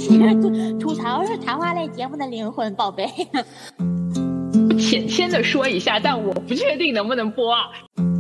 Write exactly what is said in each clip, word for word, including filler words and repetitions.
吐吐槽是谈话类节目的灵魂，宝贝。 浅浅的说一下，但我不确定能不能播啊。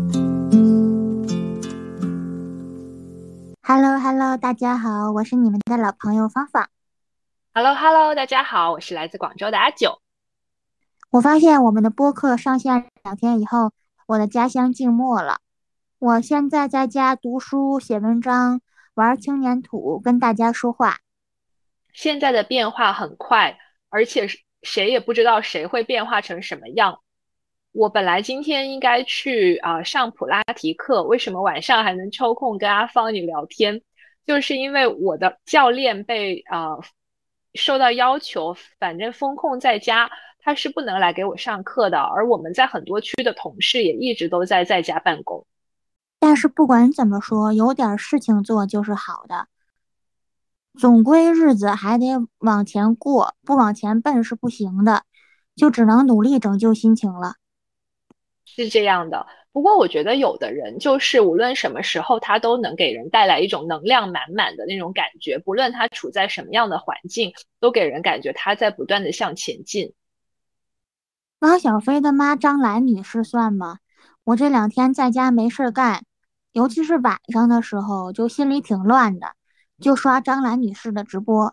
Hello Hello， 大家好，我是你们的老朋友芳芳。 Hello Hello， 大家好，我是来自广州的阿九。 我发现我们的播客上线两天以后，我的家乡静默了。我现在在家读书、写文章、玩青年土，跟大家说话。 现在的变化很快，而且谁也不知道谁会变化成什么样。我本来今天应该去啊、呃、上普拉提课，为什么晚上还能抽空跟阿芳你聊天？就是因为我的教练被啊、呃、受到要求，反正封控在家，他是不能来给我上课的。而我们在很多区的同事也一直都在在家办公。 但是不管怎么说，有点事情做就是好的。总归日子还得往前过，不往前奔是不行的，就只能努力拯救心情了。 是这样的，不过我觉得有的人就是无论什么时候，他都能给人带来一种能量满满的那种感觉，不论他处在什么样的环境，都给人感觉他在不断的向前进。 汪小菲的妈张兰女士算吗？我这两天在家没事干，尤其是晚上的时候，就心里挺乱的，就刷张兰女士的直播。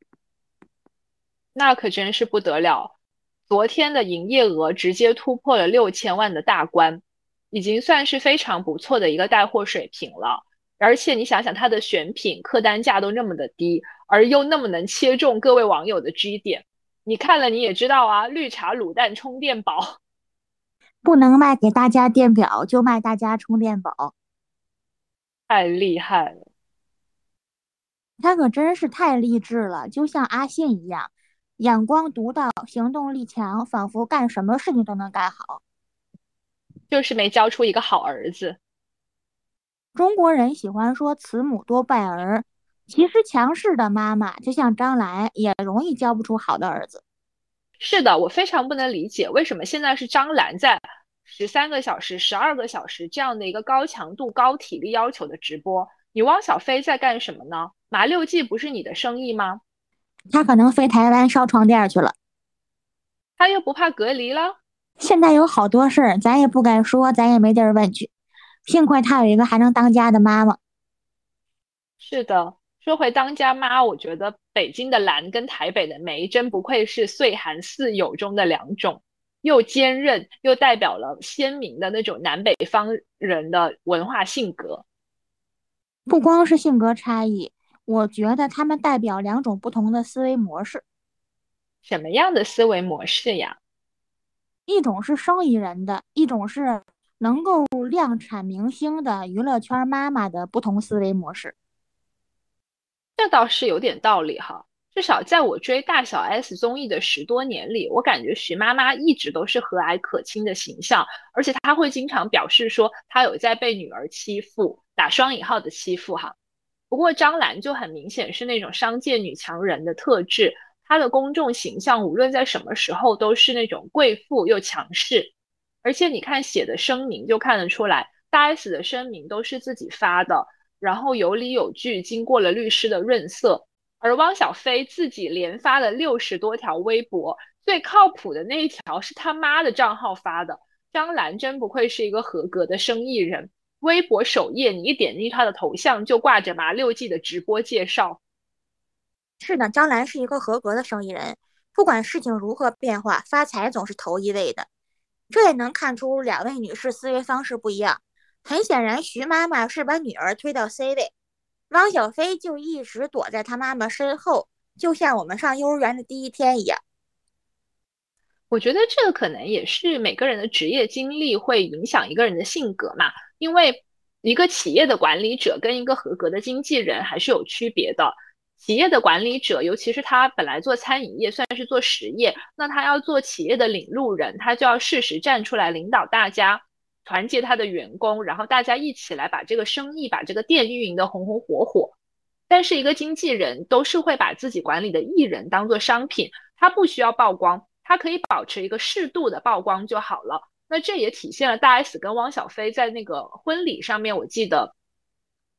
那可真是不得了，昨天的营业额直接突破了六千万的大关，已经算是非常不错的一个带货水平了。而且你想想，它的选品客单价都那么的低，而又那么能切中各位网友的 G 点，你看了你也知道啊，绿茶卤蛋充电宝。 不能卖给大家电表，就卖大家充电宝。 太厉害了。 他可真是太励志了，就像阿信一样，眼光独到，行动力强，仿佛干什么事情都能干好。 就是没教出一个好儿子。 中国人喜欢说慈母多败儿，其实强势的妈妈就像张兰，也容易教不出好的儿子。 是的，我非常不能理解为什么现在是张兰在十三个小时、十二个小时这样的一个高强度、高体力要求的直播，你汪小菲在干什么呢？麻六记不是你的生意吗？ 他可能飞台湾烧床垫去了。 他又不怕隔离了？ 现在有好多事儿，咱也不敢说，咱也没地儿问去。幸亏他有一个还能当家的妈妈。 是的，说回当家妈，我觉得北京的蓝跟台北的梅真不愧是岁寒四友中的两种，又坚韧又代表了鲜明的那种南北方人的文化性格。 不光是性格差异，我觉得他们代表两种不同的思维模式。 什么样的思维模式呀？ 一种是生意人的，一种是能够量产明星的娱乐圈妈妈的不同思维模式。 这倒是有点道理哈。至少在我追大小 S 综艺的十多年里，我感觉徐妈妈一直都是和蔼可亲的形象，而且她会经常表示说她有在被女儿欺负，打双引号的欺负哈。不过张兰就很明显是那种商界女强人的特质，她的公众形象无论在什么时候都是那种贵妇又强势，而且你看写的声明就看得出来，大 S 的声明都是自己发的，然后有理有据，经过了律师的润色。而汪小菲自己连发了六十多条微博，最靠谱的那一条是他妈的账号发的。张兰真不愧是一个合格的生意人，微博首页你一点进去他的头像就挂着麻六记的直播介绍。 是的，张兰是一个合格的生意人，不管事情如何变化，发财总是头一位的。这也能看出两位女士思维方式不一样。很显然，徐妈妈是把女儿推到 C 位，汪小菲就一直躲在他妈妈身后，就像我们上幼儿园的第一天一样。 我觉得这个可能也是每个人的职业经历会影响一个人的性格嘛，因为一个企业的管理者跟一个合格的经纪人还是有区别的。企业的管理者，尤其是他本来做餐饮业，算是做实业，那他要做企业的领路人，他就要适时站出来领导大家，团结他的员工，然后大家一起来把这个生意、把这个店运营的红红火火。但是一个经纪人都是会把自己管理的艺人当做商品，他不需要曝光，他可以保持一个适度的曝光就好了。那这也体现了大 S 跟汪小菲在那个婚礼上面，我记得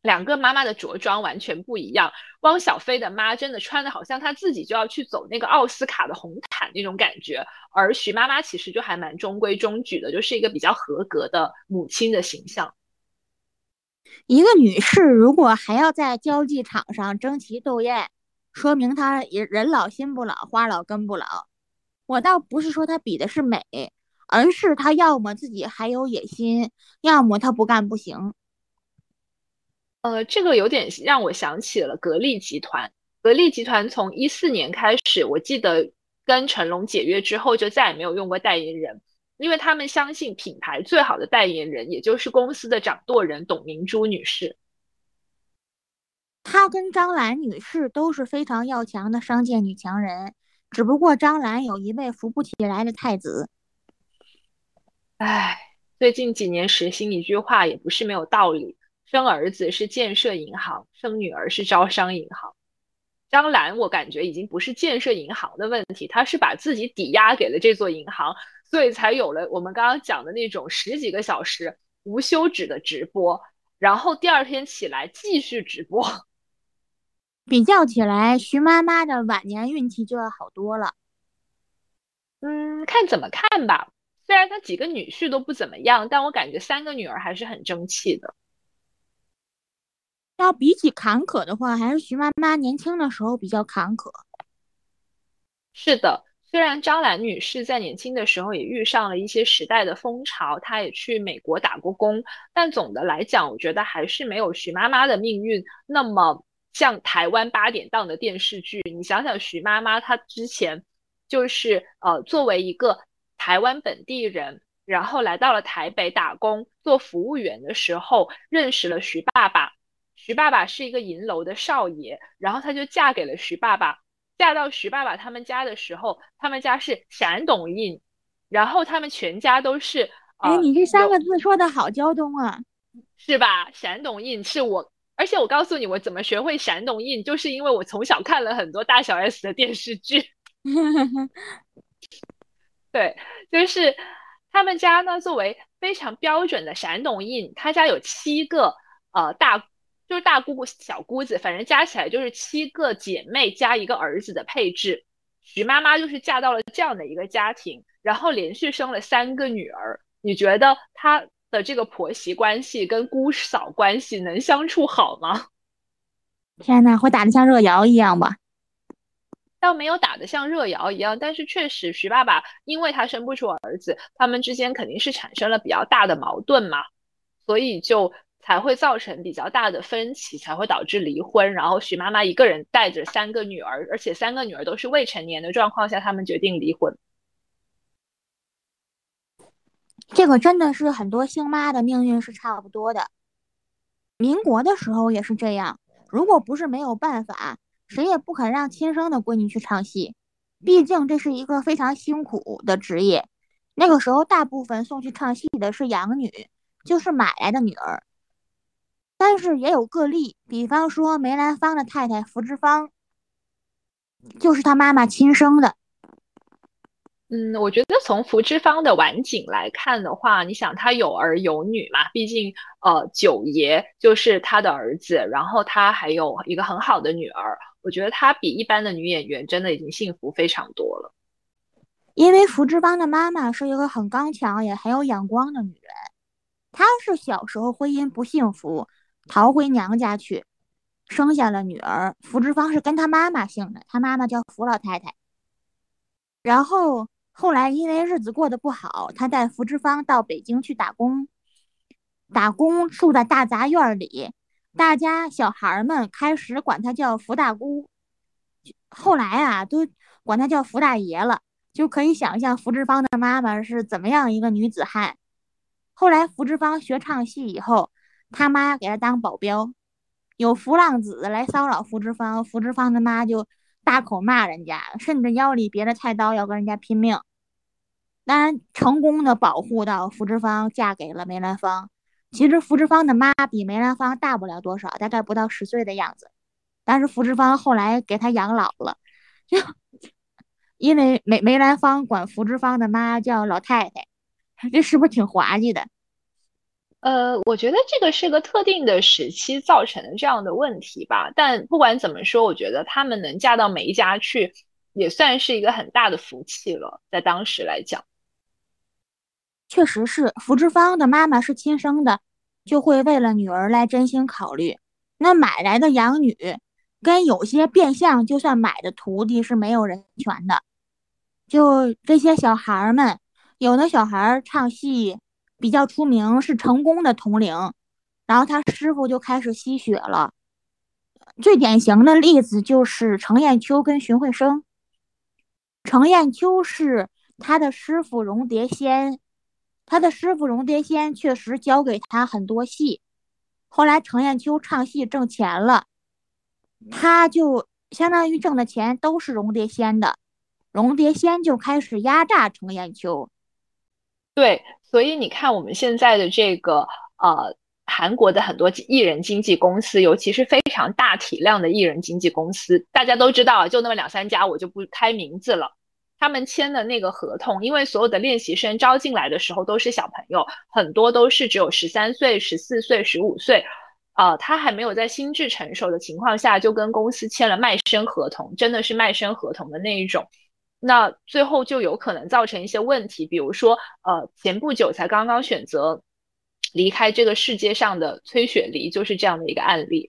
两个妈妈的着装完全不一样。汪小菲的妈真的穿的好像她自己就要去走那个奥斯卡的红毯那种感觉，而徐妈妈其实就还蛮中规中矩的，就是一个比较合格的母亲的形象。 一个女士如果还要在交际场上争奇斗艳，说明她也人老心不老，花老根不老。我倒不是说她比的是美，而是她要么自己还有野心，要么她不干不行。 呃，这个有点让我想起了格力集团。格力集团从一四年开始，我记得跟成龙解约之后，就再也没有用过代言人，因为他们相信品牌最好的代言人，也就是公司的掌舵人董明珠女士。 她跟张兰女士都是非常要强的商界女强人，只不过张兰有一位扶不起来的太子。 唉，最近几年时兴一句话也不是没有道理：生儿子是建设银行，生女儿是招商银行。张兰，我感觉已经不是建设银行的问题，她是把自己抵押给了这座银行，所以才有了我们刚刚讲的那种十几个小时无休止的直播，然后第二天起来继续直播。 比较起来，徐妈妈的晚年运气就要好多了。 嗯，看怎么看吧。虽然她几个女婿都不怎么样，但我感觉三个女儿还是很争气的。 要比起坎坷的话，还是徐妈妈年轻的时候比较坎坷。 是的，虽然张兰女士在年轻的时候也遇上了一些时代的风潮，她也去美国打过工，但总的来讲，我觉得还是没有徐妈妈的命运那么像台湾八点档的电视剧。你想想，徐妈妈她之前就是呃作为一个台湾本地人，然后来到了台北打工做服务员的时候，认识了徐爸爸。徐爸爸是一个银楼的少爷，然后她就嫁给了徐爸爸。嫁到徐爸爸他们家的时候，他们家是闪董印，然后他们全家都是哎， 呃你这三有个字说的好交通啊！ 是吧？闪董印是我，而且我告诉你，我怎么学会闪董印，就是因为我从小看了很多大小 S 的电视剧。对，就是他们家呢，作为非常标准的闪董印，他家有七个呃大，就是大姑姑、小姑子，反正加起来就是七个姐妹加一个儿子的配置。徐妈妈就是嫁到了这样的一个家庭，然后连续生了三个女儿。你觉得她的这个婆媳关系跟姑嫂关系能相处好吗？ 天呐，会打得像热窑一样吧？ 倒没有打得像热窑一样，但是确实徐爸爸因为他生不出儿子，他们之间肯定是产生了比较大的矛盾嘛，所以就才会造成比较大的分歧，才会导致离婚。然后徐妈妈一个人带着三个女儿，而且三个女儿都是未成年的状况下，他们决定离婚。 这个真的是很多星妈的命运是差不多的。民国的时候也是这样，如果不是没有办法，谁也不肯让亲生的闺女去唱戏，毕竟这是一个非常辛苦的职业。那个时候，大部分送去唱戏的是养女，就是买来的女儿。但是也有个例，比方说梅兰芳的太太福芝芳，就是他妈妈亲生的。 嗯，我觉得从福芝芳的晚景来看的话，你想他有儿有女嘛，毕竟呃九爷就是他的儿子，然后他还有一个很好的女儿，我觉得他比一般的女演员真的已经幸福非常多了。 因为福芝芳的妈妈是一个很刚强也很有眼光的女人，她是小时候婚姻不幸福，逃回娘家去，生下了女儿。福芝芳是跟她妈妈姓的，她妈妈叫福老太太。然后后来因为日子过得不好，她带福芝芳到北京去打工，打工住在大杂院里，大家小孩们开始管她叫福大姑，后来啊都管她叫福大爷了，就可以想象福芝芳的妈妈是怎么样一个女子汉。后来福芝芳学唱戏以后，他妈给她当保镖，有浮浪子来骚扰福芝芳，福芝芳的妈就大口骂人家，甚至腰里别着菜刀要跟人家拼命。当然，成功的保护到福芝芳嫁给了梅兰芳。其实福芝芳的妈比梅兰芳大不了多少，大概不到十岁的样子。但是福芝芳后来给她养老了，就因为梅梅兰芳管福芝芳的妈叫老太太，这是不是挺滑稽的？ 呃，我觉得这个是个特定的时期造成的这样的问题吧。但不管怎么说，我觉得他们能嫁到梅家去，也算是一个很大的福气了，在当时来讲。 确实是，福芝芳的妈妈是亲生的，就会为了女儿来真心考虑。那买来的养女，跟有些变相就算买的徒弟是没有人权的。就这些小孩儿们，有的小孩儿唱戏比较出名，是成功的统领，然后他师傅就开始吸血了。最典型的例子就是程砚秋跟荀慧生。程砚秋是他的师傅荣蝶仙，他的师傅荣蝶仙确实教给他很多戏。后来程砚秋唱戏挣钱了，他就相当于挣的钱都是荣蝶仙的，荣蝶仙就开始压榨程砚秋。 对，所以你看我们现在的这个呃，韩国的很多艺人经纪公司，尤其是非常大体量的艺人经纪公司，大家都知道，就那么两三家，我就不开名字了。他们签的那个合同，因为所有的练习生招进来的时候都是小朋友，很多都是只有十三岁、十四岁、十五岁，呃，他还没有在心智成熟的情况下，就跟公司签了卖身合同，真的是卖身合同的那一种。那最后就有可能造成一些问题，比如说，呃，前不久才刚刚选择离开这个世界上的崔雪梨，就是这样的一个案例。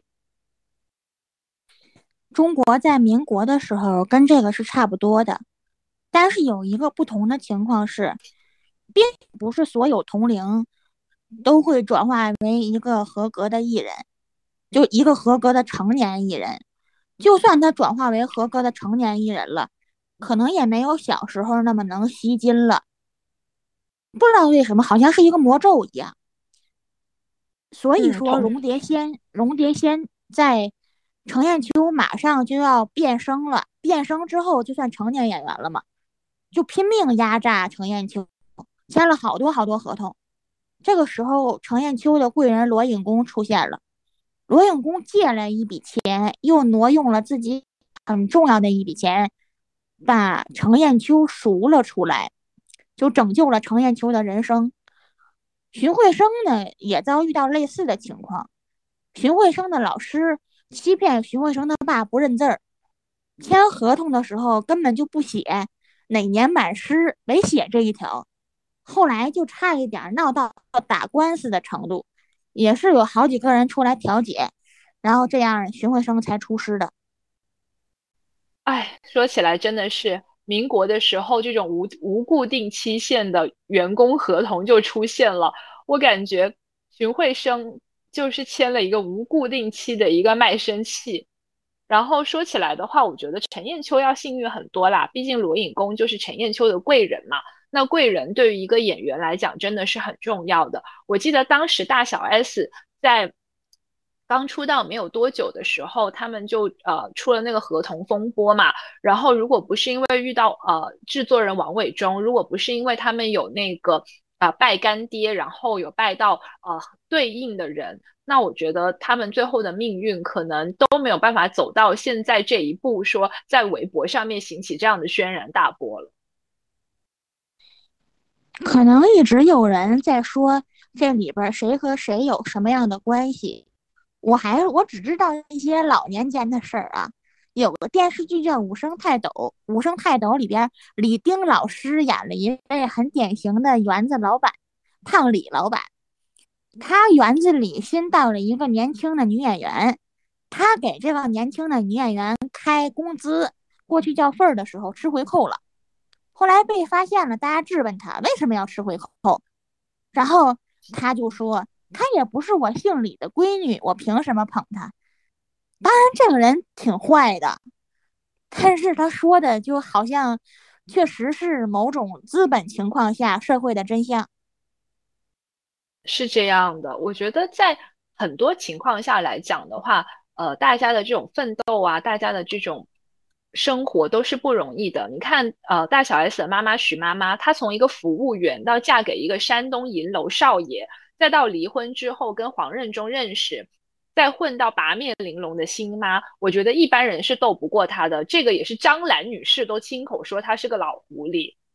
中国在民国的时候跟这个是差不多的，但是有一个不同的情况是，并不是所有同龄都会转化为一个合格的艺人，就一个合格的成年艺人。就算他转化为合格的成年艺人了，可能也没有小时候那么能吸金了。不知道为什么，好像是一个魔咒一样。所以嗯， 说， 同荣蝶仙，荣蝶仙在程砚秋马上就要变声了，变声之后就算成年演员了嘛，就拼命压榨程砚秋，签了好多好多合同。这个时候，程砚秋的贵人罗颖公出现了，罗颖公借了一笔钱，又挪用了自己很重要的一笔钱，把程砚秋赎了出来，就拯救了程砚秋的人生。荀慧生呢，也遭遇到类似的情况。荀慧生的老师欺骗荀慧生的爸不认字儿，签合同的时候根本就不写哪年满师，没写这一条。后来就差一点闹到打官司的程度，也是有好几个人出来调解，然后这样荀慧生才出师的。 哎，说起来真的是民国的时候，这种无无固定期限的员工合同就出现了。我感觉荀慧生就是签了一个无固定期的一个卖身契。然后说起来的话，我觉得陈砚秋要幸运很多啦，毕竟罗颖公就是陈砚秋的贵人嘛。那贵人对于一个演员来讲真的是很重要的。我记得当时大小 S 在刚出道没有多久的时候，他们就呃出了那个合同风波嘛。然后如果不是因为遇到呃制作人王伟忠，如果不是因为他们有那个啊、呃、拜干爹，然后有拜到呃对应的人，那我觉得他们最后的命运可能都没有办法走到现在这一步，说在微博上面兴起这样的轩然大波了。 可能一直有人在说这里边谁和谁有什么样的关系，我还我只知道一些老年间的事儿啊。有个电视剧叫《武生泰斗》，《武生泰斗》里边李丁老师演了一位很典型的园子老板，烫李老板。他园子里新到了一个年轻的女演员，他给这个年轻的女演员开工资，过去叫份儿的时候吃回扣了。后来被发现了，大家质问他为什么要吃回扣，然后他就说她也不是我姓李的闺女，我凭什么捧她？当然，这个人挺坏的，但是他说的就好像确实是某种资本情况下社会的真相。 是这样的，我觉得在很多情况下来讲的话，呃，大家的这种奋斗啊，大家的这种生活都是不容易的。你看，呃，大小 S 的妈妈许妈妈，她从一个服务员到嫁给一个山东银楼少爷，再到离婚之后跟黄任中认识，再混到八面玲珑的新妈，我觉得一般人是斗不过她的。这个也是张兰女士都亲口说她是个老狐狸。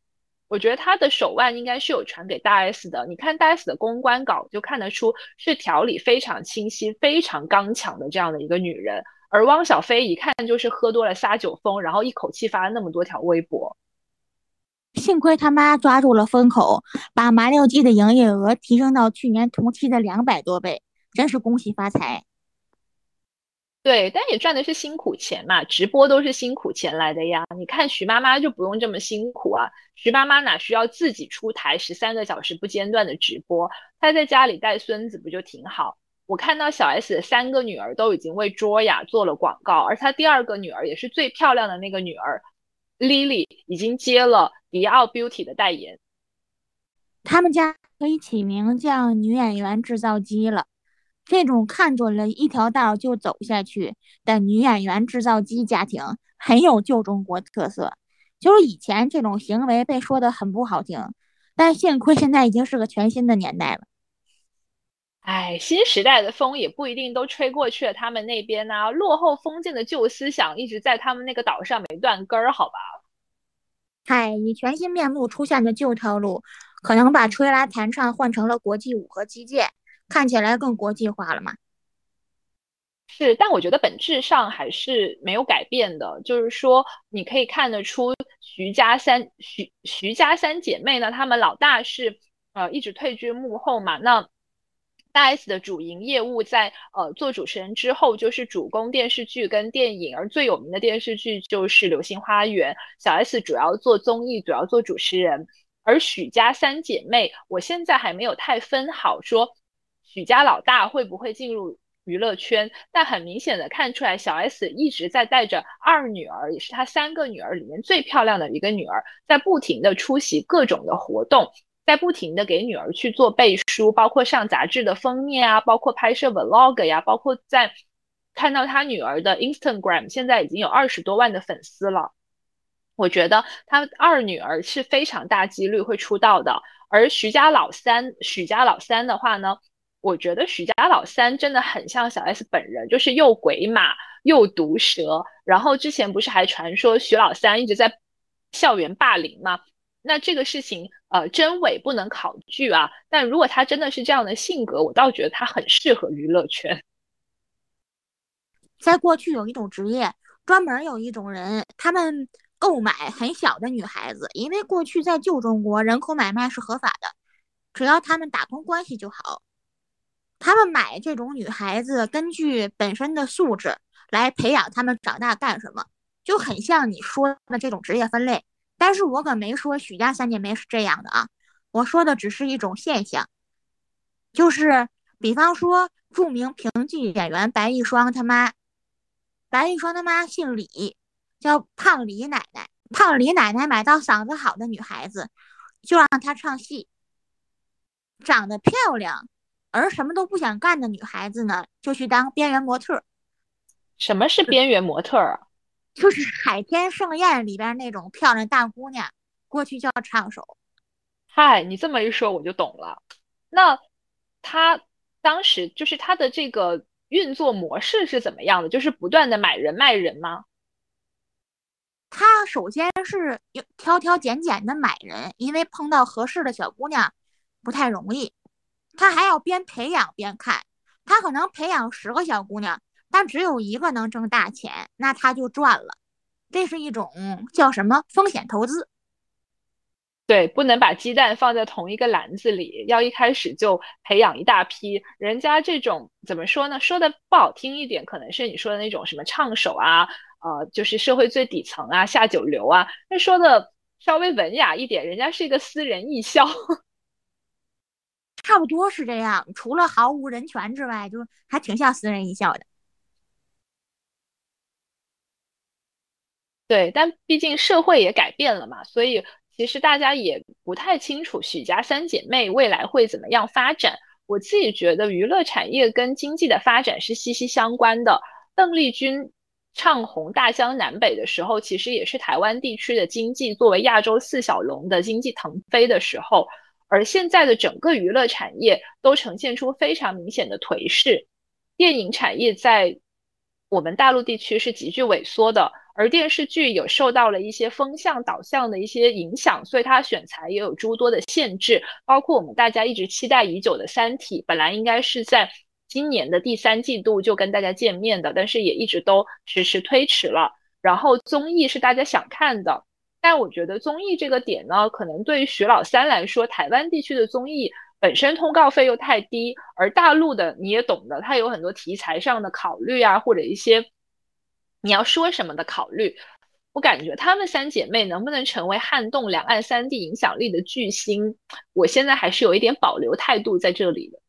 我觉得他的手腕应该是有传给大 S 的。你看大 S 的公关稿就看得出是条理非常清晰、非常刚强的这样的一个女人。而汪小菲一看就是喝多了撒酒疯，然后一口气发了那么多条微博。 幸亏他妈抓住了风口，把麻六记的营业额提升到去年同期的两百多倍，真是恭喜发财。 对，但也赚的是辛苦钱嘛，直播都是辛苦钱来的呀。你看徐妈妈就不用这么辛苦啊，徐妈妈哪需要自己出台十三个小时不间断的直播，她在家里带孙子不就挺好？我看到小 S 的三个女儿都已经为卓雅做了广告，而她第二个女儿也是最漂亮的那个女儿 Lily 已经接了迪奥 Beauty 的代言。 他们家可以起名叫“女演员制造机”了。这种看准了一条道就走下去的女演员制造机家庭，很有旧中国特色。就是以前这种行为被说的很不好听，但幸亏现在已经是个全新的年代了。 哎，新时代的风也不一定都吹过去了，他们那边呢、啊落后封建的旧思想一直在他们那个岛上没断根儿，好吧？ 嗨，以全新面目出现的旧套路，可能把吹拉弹唱换成了国际舞和击剑，看起来更国际化了嘛。 是，但我觉得本质上还是没有改变的。就是说，你可以看得出徐家三徐徐家三姐妹呢，她们老大是呃一直退居幕后嘛。那大 S 的主营业务在呃做主持人之后，就是主攻电视剧跟电影，而最有名的电视剧就是《流星花园》。小 S 主要做综艺，主要做主持人。而许家三姐妹，我现在还没有太分好，说许家老大会不会进入娱乐圈，但很明显的看出来，小 S 一直在带着二女儿，也是她三个女儿里面最漂亮的一个女儿，在不停的出席各种的活动，在不停的给女儿去做背书，包括上杂志的封面啊，包括拍摄 vlog 呀，包括在看到她女儿的 Instagram 现在已经有二十多万的粉丝了。我觉得她二女儿是非常大几率会出道的，而徐家老三，许家老三的话呢，我觉得许家老三真的很像小 S 本人，就是又鬼马又毒舌。然后之前不是还传说徐老三一直在校园霸凌吗？那这个事情呃真伪不能考据啊，但如果他真的是这样的性格，我倒觉得他很适合娱乐圈。 在过去有一种职业，专门有一种人，他们购买很小的女孩子，因为过去在旧中国人口买卖是合法的，只要他们打通关系就好。他们买这种女孩子，根据本身的素质来培养他们长大干什么，就很像你说的这种职业分类。但是我可没说许家三姐妹是这样的啊，我说的只是一种现象，就是比方说著名评剧演员白玉霜他妈，白玉霜他妈姓李，叫胖李奶奶。胖李奶奶买到嗓子好的女孩子，就让她唱戏，长得漂亮而什么都不想干的女孩子呢，就去当边缘模特。 什么是边缘模特啊？ 就是海天盛宴里边那种漂亮大姑娘，过去叫唱手。 嗨，你这么一说我就懂了。那他当时就是他的这个运作模式是怎么样的？就是不断的买人卖人吗？ 她首先是挑挑拣拣的买人，因为碰到合适的小姑娘不太容易。她还要边培养边看，她可能培养十个小姑娘，但只有一个能挣大钱，那她就赚了。这是一种叫什么风险投资。 对，不能把鸡蛋放在同一个篮子里，要一开始就培养一大批。人家这种怎么说呢？说的不好听一点，可能是你说的那种什么唱手啊，呃，就是社会最底层啊，下九流啊。那说的稍微文雅一点，人家是一个私人艺校。 差不多是这样，除了毫无人权之外，就还挺像私人艺校的。 对，但毕竟社会也改变了嘛，所以其实大家也不太清楚许家三姐妹未来会怎么样发展。我自己觉得娱乐产业跟经济的发展是息息相关的。邓丽君唱红大江南北的时候，其实也是台湾地区的经济作为亚洲四小龙的经济腾飞的时候，而现在的整个娱乐产业都呈现出非常明显的颓势。电影产业在我们大陆地区是急剧萎缩的， 而电视剧有受到了一些风向导向的一些影响，所以它选材也有诸多的限制，包括我们大家一直期待已久的《三体》，本来应该是在今年的第三季度就跟大家见面的，但是也一直都迟迟推迟了。然后综艺是大家想看的，但我觉得综艺这个点呢，可能对于徐老三来说，台湾地区的综艺本身通告费又太低，而大陆的你也懂的，它有很多题材上的考虑啊，或者一些你要说什么的考虑。我感觉她们三姐妹能不能成为撼动两岸三地影响力的巨星，我现在还是有一点保留态度在这里的。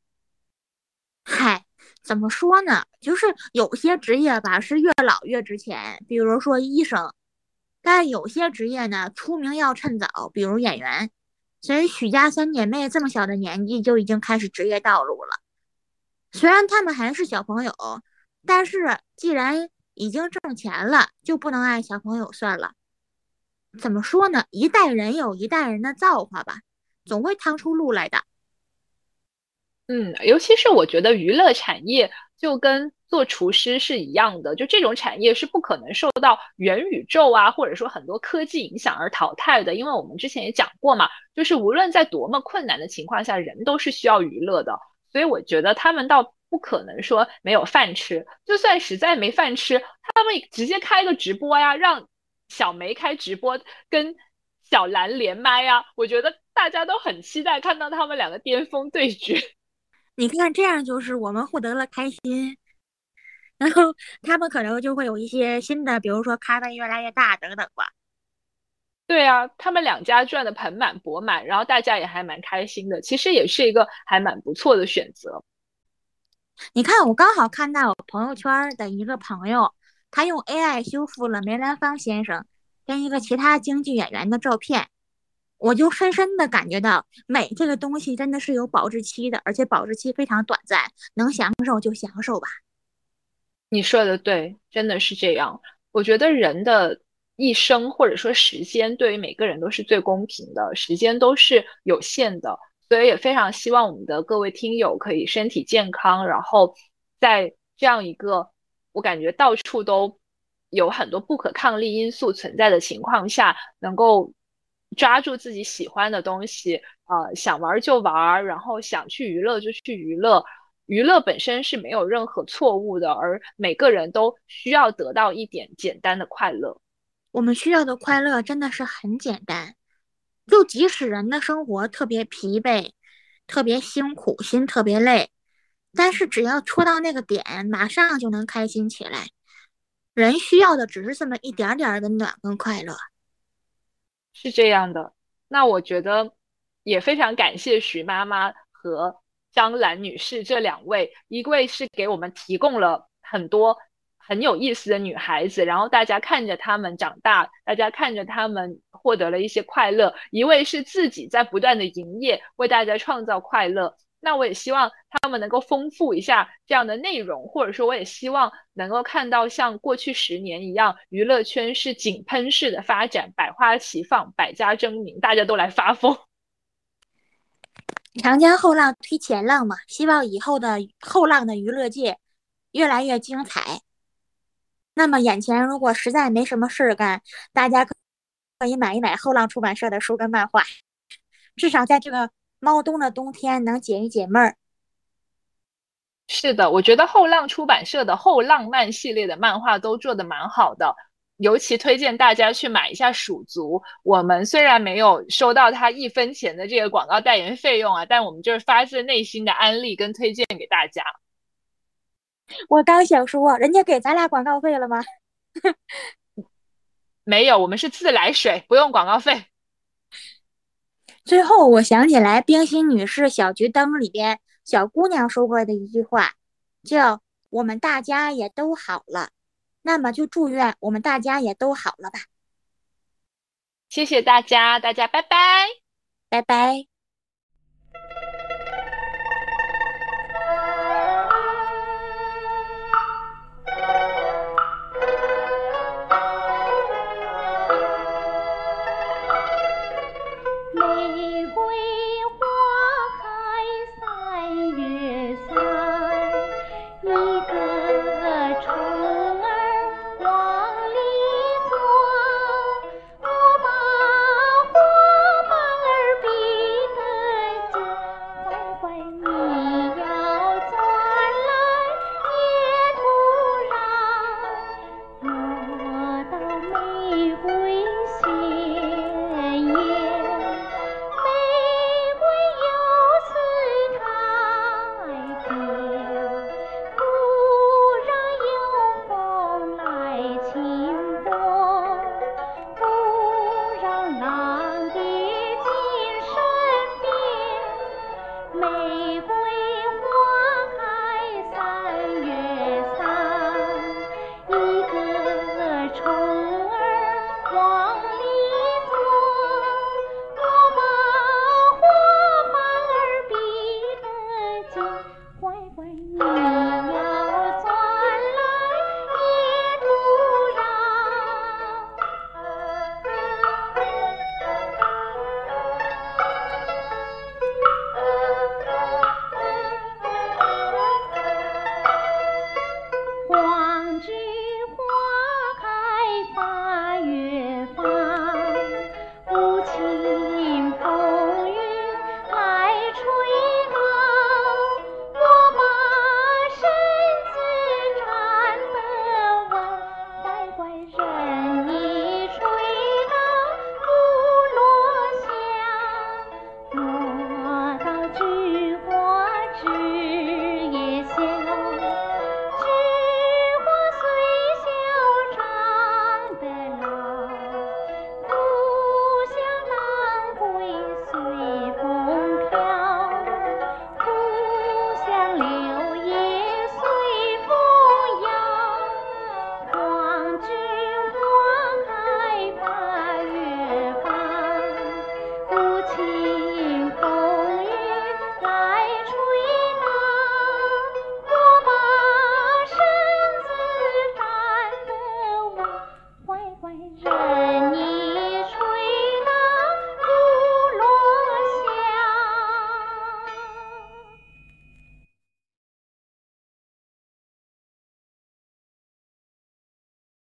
嗨，怎么说呢？就是有些职业吧是越老越值钱，比如说医生，但有些职业呢出名要趁早，比如演员。所以许家三姐妹这么小的年纪就已经开始职业道路了。虽然她们还是小朋友，但是既然已经挣钱了，就不能按小朋友算了。怎么说呢？一代人有一代人的造化吧，总会趟出路来的。 嗯，尤其是我觉得娱乐产业就跟做厨师是一样的，就这种产业是不可能受到元宇宙啊，或者说很多科技影响而淘汰的。因为我们之前也讲过嘛，就是无论在多么困难的情况下，人都是需要娱乐的。所以我觉得他们倒不可能说没有饭吃，就算实在没饭吃，他们直接开个直播呀，让小梅开直播跟小兰连麦呀，我觉得大家都很期待看到他们两个巅峰对决。 你看，这样就是我们获得了开心，然后他们可能就会有一些新的，比如说咖位越来越大等等吧。 对啊，他们两家赚的盆满钵满，然后大家也还蛮开心的，其实也是一个还蛮不错的选择。 你看，我刚好看到我朋友圈的一个朋友，他用 A I 修复了梅兰芳先生跟一个其他京剧演员的照片，我就深深的感觉到美这个东西真的是有保质期的，而且保质期非常短暂，能享受就享受吧。 你说的对，真的是这样。我觉得人的一生或者说时间对于每个人都是最公平的，时间都是有限的，所以也非常希望我们的各位听友可以身体健康，然后在这样一个我感觉到处都有很多不可抗力因素存在的情况下，能够抓住自己喜欢的东西，呃，想玩就玩，然后想去娱乐就去娱乐。娱乐本身是没有任何错误的，而每个人都需要得到一点简单的快乐。 我们需要的快乐真的是很简单，就即使人的生活特别疲惫、特别辛苦、心特别累，但是只要戳到那个点，马上就能开心起来。人需要的只是这么一点点的暖跟快乐。 是这样的，那我觉得也非常感谢徐妈妈和张兰女士这两位，一位是给我们提供了很多很有意思的女孩子，然后大家看着她们长大，大家看着她们获得了一些快乐；一位是自己在不断的营业，为大家创造快乐。那我也希望他们能够丰富一下这样的内容，或者说我也希望能够看到像过去十年一样，娱乐圈是井喷式的发展，百花齐放，百家争鸣，大家都来发疯。 长江后浪推前浪嘛，希望以后的后浪的娱乐界越来越精彩。那么眼前如果实在没什么事干，大家可以买一买后浪出版社的书跟漫画，至少在这个猫冬的冬天能解一解闷儿。 是的，我觉得后浪出版社的后浪漫系列的漫画都做的蛮好的，尤其推荐大家去买一下蜀族。我们虽然没有收到他一分钱的这个广告代言费用啊，但我们就是发自内心的安利跟推荐给大家。 我刚想说，人家给咱俩广告费了吗？ 没有，我们是自来水，不用广告费。 最后我想起来冰心女士小桔灯里边小姑娘说过的一句话，叫我们大家也都好了，那么就祝愿我们大家也都好了吧。 谢谢大家，大家拜拜。 拜拜。